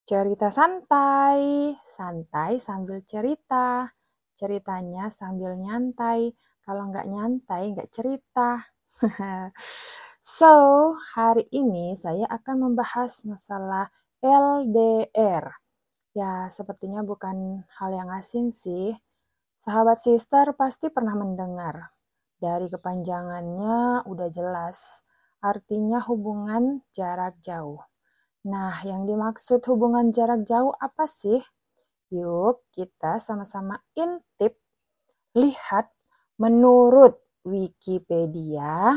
Cerita santai, santai sambil cerita. Ceritanya sambil nyantai. Kalau nggak nyantai, nggak cerita. So, hari ini saya akan membahas masalah LDR. Ya, sepertinya bukan hal yang asing sih. Sahabat sister pasti pernah mendengar. Dari kepanjangannya udah jelas. Artinya hubungan jarak jauh. Nah, yang dimaksud hubungan jarak jauh apa sih? Yuk, kita sama-sama intip, lihat menurut Wikipedia,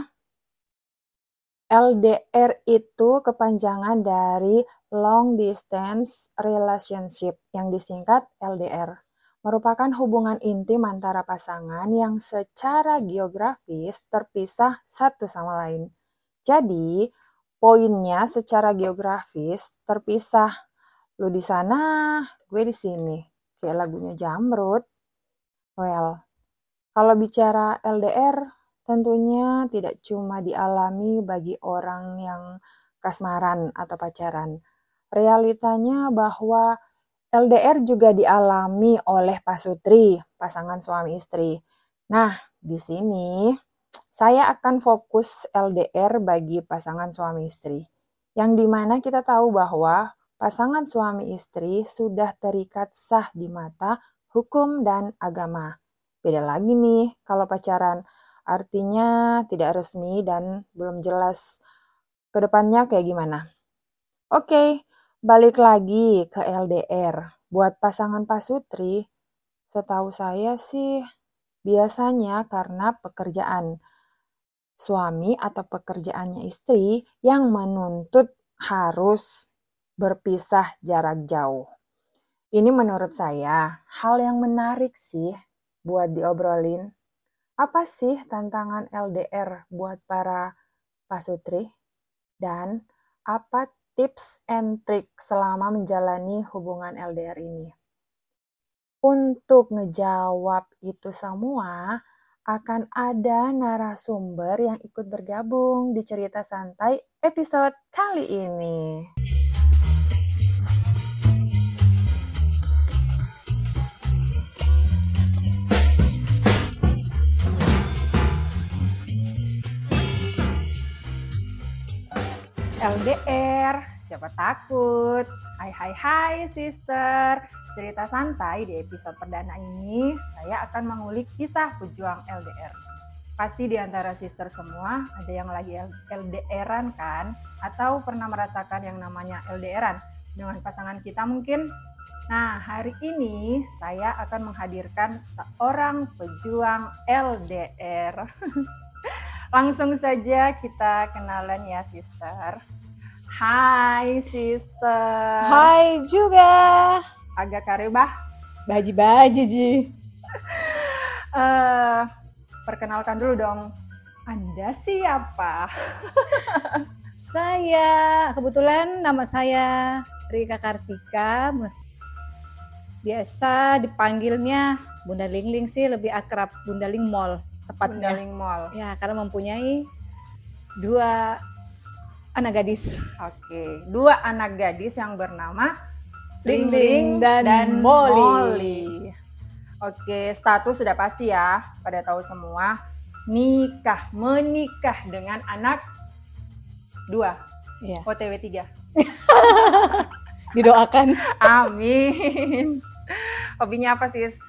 LDR itu kepanjangan dari Long Distance Relationship yang disingkat LDR. Merupakan hubungan intim antara pasangan yang secara geografis terpisah satu sama lain. Jadi, poinnya secara geografis terpisah. Lu di sana, gue di sini. Kayak lagunya Jamrud. Well, kalau bicara LDR, tentunya tidak cuma dialami bagi orang yang kasmaran atau pacaran. Realitanya bahwa LDR juga dialami oleh pasutri, pasangan suami istri. Nah, di sini saya akan fokus LDR bagi pasangan suami istri. Yang dimana kita tahu bahwa pasangan suami istri sudah terikat sah di mata hukum dan agama. Beda lagi nih kalau pacaran, artinya tidak resmi dan belum jelas ke depannya kayak gimana. Oke, balik lagi ke LDR. Buat pasangan pasutri, setahu saya sih biasanya karena pekerjaan suami atau pekerjaannya istri yang menuntut harus berpisah jarak jauh. Ini menurut saya hal yang menarik sih buat diobrolin. Apa sih tantangan LDR buat para pasutri? Dan apa tips and trik selama menjalani hubungan LDR ini? Untuk ngejawab itu semua, akan ada narasumber yang ikut bergabung di Cerita Santai episode kali ini. LDR, siapa takut? Hai sister. Cerita santai di episode perdana ini, saya akan mengulik kisah pejuang LDR. Pasti di antara sister semua ada yang lagi LDR-an kan? Atau pernah merasakan yang namanya LDR-an dengan pasangan kita mungkin? Nah, hari ini saya akan menghadirkan seorang pejuang LDR. Langsung saja kita kenalan ya, sister. Hai, sister. Hai juga. Agak karebah. Baji-baji, Ji. Perkenalkan dulu dong. Anda siapa? Saya, kebetulan nama saya Rika Kartika. Biasa dipanggilnya Bunda Lingling sih, lebih akrab Bunda Ling Mall tepatnya. Bunda Ling Mall. Ya, karena mempunyai 2 anak gadis. Oke, 2 anak gadis yang bernama Ling dan Molly. Oke, status sudah pasti ya, pada tahu semua. Menikah dengan anak 2. Iya. OTW 3. Didoakan. Amin. Hobinya apa, sis?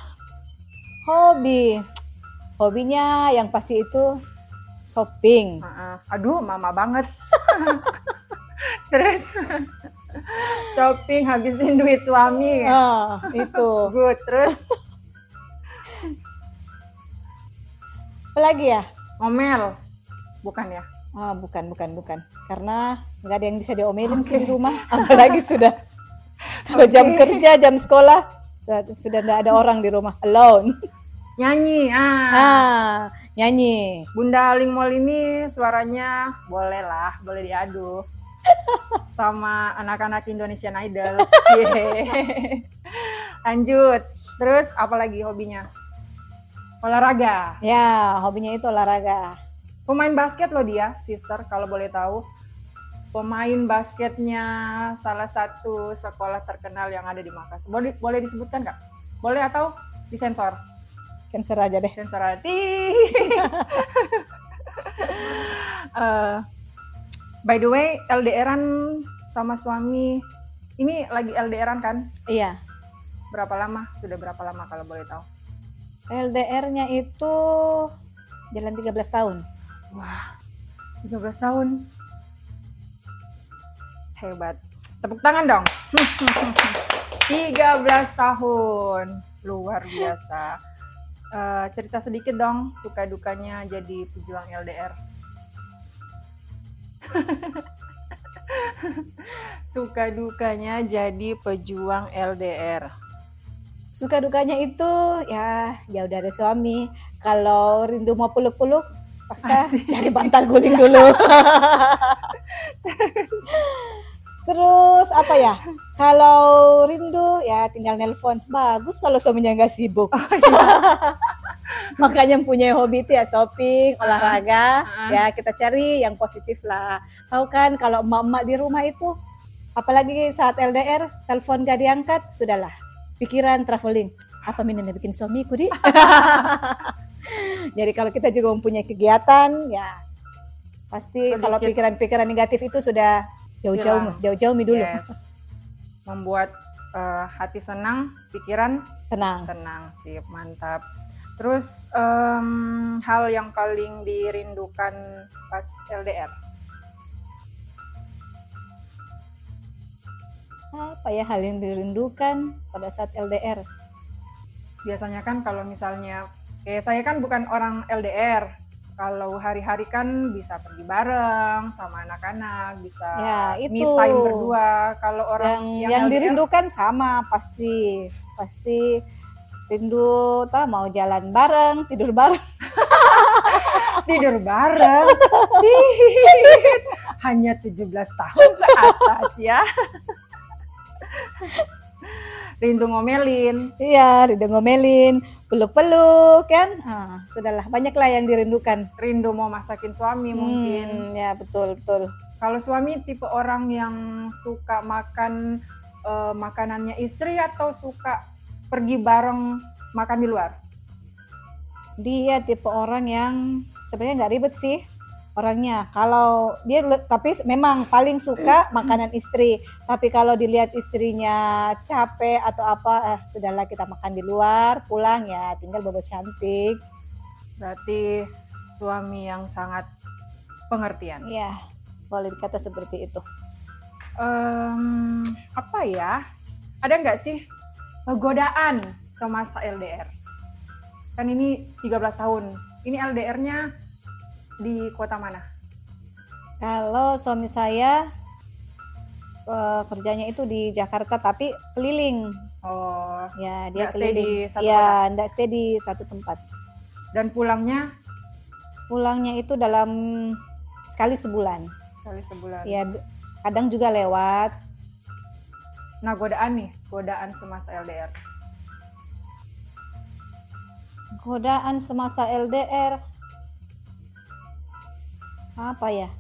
Hobinya yang pasti itu shopping. Aduh, mama banget. Terus shopping habisin duit suami. Itu. Good, terus apa lagi ya? ngomel. Bukan ya? Bukan. Karena nggak ada yang bisa diomelin sih di rumah. Apalagi sudah kalau jam kerja, jam sekolah, sudah nggak ada orang di rumah, alone. Nyanyi. Nyanyi. Bunda Ling Mall ini suaranya boleh diadu sama anak-anak Indonesian Idol. Lanjut. Terus apa lagi hobinya? Olahraga. Ya, hobinya itu olahraga. Pemain basket loh dia, sister, kalau boleh tahu. pemain basketnya salah satu sekolah terkenal yang ada di Makassar. Boleh disebutkan nggak? Boleh atau disensor? Sensor aja deh. Sensor hati. By the way, LDRan sama suami, ini lagi LDRan kan? Iya. Berapa lama? Sudah berapa lama kalau boleh tahu? LDR-nya itu jalan 13 tahun. Wah, 13 tahun. Hebat. Tepuk tangan dong. 13 tahun. Luar biasa. Cerita sedikit dong, suka dukanya jadi pejuang LDR. Suka dukanya jadi pejuang LDR. Suka dukanya itu ya jauh dari suami. Kalau rindu mau peluk-peluk, paksa cari bantal guling dulu. Terus apa ya? Kalau rindu ya tinggal nelpon. Bagus kalau suaminya nggak sibuk. Makanya punya hobi itu ya shopping, olahraga. Ya kita cari yang positif lah. Tahu kan kalau emak-emak di rumah itu, apalagi saat LDR, telepon gak diangkat, sudahlah. Pikiran traveling. Apa minumnya bikin suamiku di? Jadi kalau kita juga mempunyai kegiatan, ya pasti sedikit. Kalau pikiran-pikiran negatif itu sudah jauh-jauh dulu. Yes. Membuat hati senang, pikiran tenang. Sip, mantap. Terus hal yang paling dirindukan pas LDR? Apa ya hal yang dirindukan pada saat LDR? Biasanya kan kalau misalnya, kayak saya kan bukan orang LDR. Kalau hari-hari kan bisa pergi bareng sama anak-anak, bisa ya, itu. Me time berdua. Kalau orang yang dirindukan sama pasti rindu mau jalan bareng, tidur bareng. Tidur bareng. Hanya 17 tahun ke atas ya. Rindu ngomelin. Iya, rindu ngomelin, peluk-peluk kan. Sudahlah, banyaklah yang dirindukan. Rindu mau masakin suami mungkin. Ya, betul. Kalau suami tipe orang yang suka makan makanannya istri atau suka pergi bareng makan di luar? Dia tipe orang yang sebenarnya nggak ribet sih orangnya. Kalau dia tapi memang paling suka makanan istri. Tapi kalau dilihat istrinya capek atau apa, sudahlah kita makan di luar, pulang ya tinggal bobo cantik. Berarti suami yang sangat pengertian. Iya, boleh dikata seperti itu. Apa ya? Ada nggak sih godaan semasa LDR? Kan ini 13 tahun. Ini LDR-nya di kota mana? Kalau suami saya kerjanya itu di Jakarta tapi keliling. Oh, ya dia keliling. Ya, enggak stay di satu tempat. Dan pulangnya itu dalam sekali sebulan. Ya, kadang juga lewat. Nah, godaan semasa LDR. Godaan semasa LDR apa ya?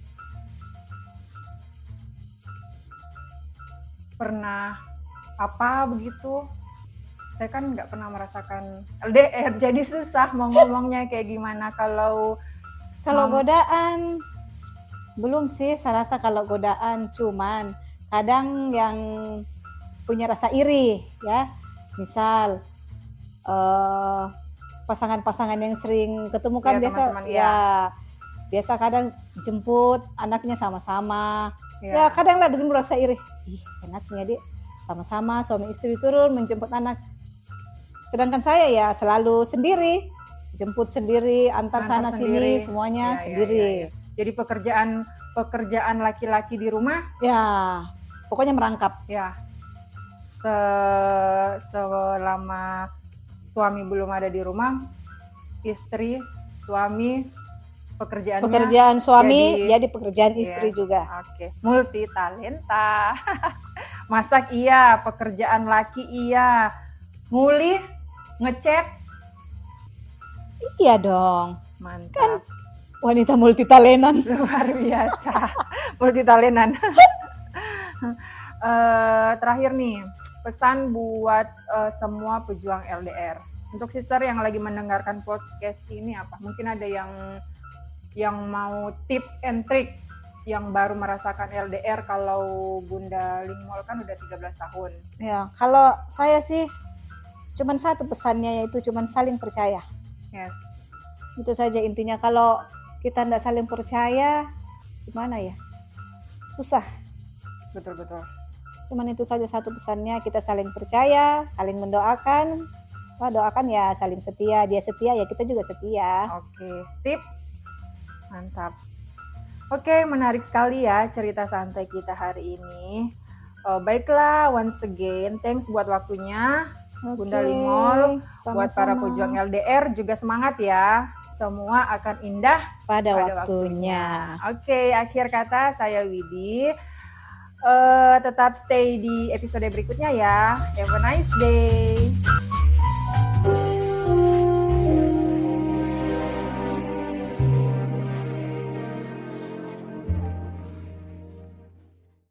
Pernah apa begitu? Saya kan nggak pernah merasakan LDR, jadi susah mau ngomongnya kayak gimana. Kalau godaan belum sih, saya rasa kalau godaan cuman kadang yang punya rasa iri ya. Misal pasangan-pasangan yang sering ketemu kan ya, biasa biasa kadang jemput anaknya sama-sama. Ya kadang lah dengan merasa iri. Enaknya dia sama-sama suami istri turun menjemput anak. Sedangkan saya ya selalu sendiri, jemput sendiri, antar sana sini semuanya sendiri. Jadi pekerjaan laki-laki di rumah ya pokoknya merangkap. Ya. Selama suami belum ada di rumah, suami pekerjaan suami jadi pekerjaan istri juga. Oke. Multi talenta. Masak iya, pekerjaan laki iya. Nguli, ngecek. Iya dong. Mantap. Wanita multitalentan. Luar biasa. Multitalentan. Terakhir nih, pesan buat semua pejuang LDR. Untuk sister yang lagi mendengarkan podcast ini apa? Mungkin ada yang mau tips and trick yang baru merasakan LDR kalau Bunda Lingmol kan udah 13 tahun. Ya, kalau saya sih cuman satu pesannya, yaitu cuman saling percaya. Yes. Itu saja intinya. Kalau kita tidak saling percaya, gimana ya? Susah. Betul. Cuman itu saja satu pesannya, kita saling percaya, saling mendoakan. Doakan ya saling setia, dia setia ya kita juga setia. Oke, sip. Mantap. Oke, menarik sekali ya cerita santai kita hari ini. Baiklah, once again, thanks buat waktunya. Bunda Lingmol, buat para pejuang LDR juga semangat ya. Semua akan indah pada waktunya. Oke, akhir kata saya Widi. Tetap stay di episode berikutnya ya. Have a nice day.